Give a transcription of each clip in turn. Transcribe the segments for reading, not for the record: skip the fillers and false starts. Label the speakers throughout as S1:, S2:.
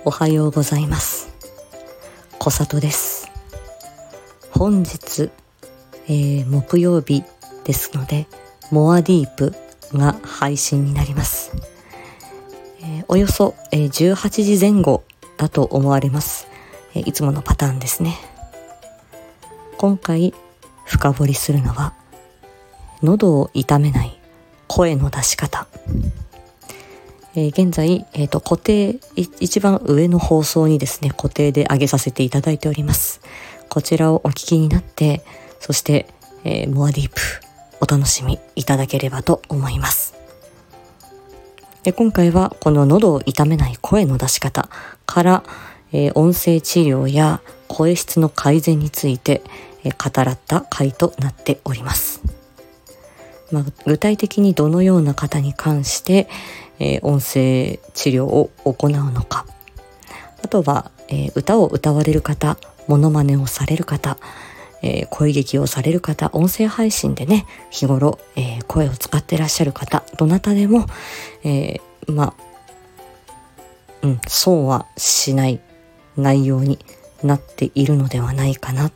S1: おはようございます。小里です。本日、木曜日ですのでモアディープが配信になります。およそ、18時前後だと思われます。いつものパターンですね。今回深掘りするのは喉を痛めない声の出し方。現在、固定一番上の放送にですね固定で上げさせていただいております。こちらをお聞きになって、そして、モアディープお楽しみいただければと思います。で、今回はこの喉を痛めない声の出し方から、音声治療や声質の改善について、語らった回となっております。具体的にどのような方に関して、音声治療を行うのか、あとは、歌を歌われる方、モノマネをされる方、声劇をされる方、音声配信でね日頃、声を使っていらっしゃる方、どなたでも、損はしない内容になっているのではないかなって、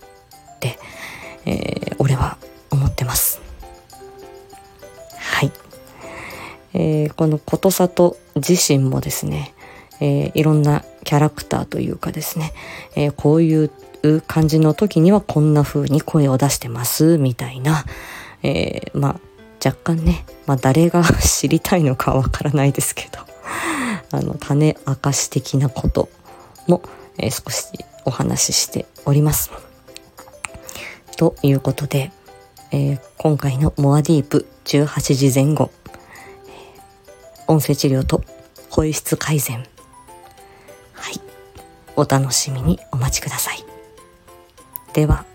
S1: 俺は思ってます。はい。このことさと自身もですね、いろんなキャラクターというかですね、こういう感じの時にはこんな風に声を出してますみたいな、若干ね、誰が知りたいのかわからないですけど種明かし的なことも、少しお話ししております。ということで、今回のモアディープ18時前後、音声治療と声質改善、はい、お楽しみにお待ちください。では。